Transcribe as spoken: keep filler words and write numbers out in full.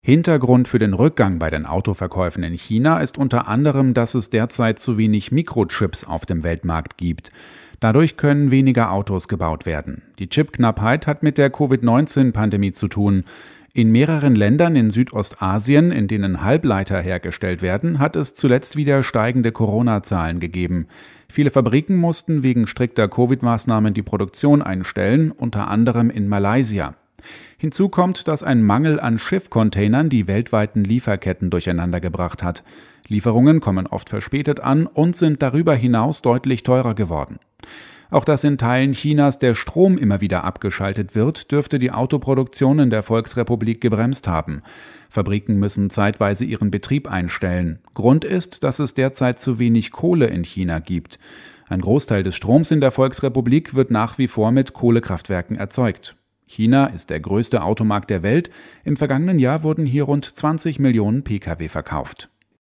Hintergrund für den Rückgang bei den Autoverkäufen in China ist unter anderem, dass es derzeit zu wenig Mikrochips auf dem Weltmarkt gibt. Dadurch können weniger Autos gebaut werden. Die Chipknappheit hat mit der Covid neunzehn Pandemie zu tun. In mehreren Ländern in Südostasien, in denen Halbleiter hergestellt werden, hat es zuletzt wieder steigende Corona-Zahlen gegeben. Viele Fabriken mussten wegen strikter Covid-Maßnahmen die Produktion einstellen, unter anderem in Malaysia. Hinzu kommt, dass ein Mangel an Schiffcontainern die weltweiten Lieferketten durcheinandergebracht hat. Lieferungen kommen oft verspätet an und sind darüber hinaus deutlich teurer geworden. Auch dass in Teilen Chinas der Strom immer wieder abgeschaltet wird, dürfte die Autoproduktion in der Volksrepublik gebremst haben. Fabriken müssen zeitweise ihren Betrieb einstellen. Grund ist, dass es derzeit zu wenig Kohle in China gibt. Ein Großteil des Stroms in der Volksrepublik wird nach wie vor mit Kohlekraftwerken erzeugt. China ist der größte Automarkt der Welt. Im vergangenen Jahr wurden hier rund zwanzig Millionen Pkw verkauft.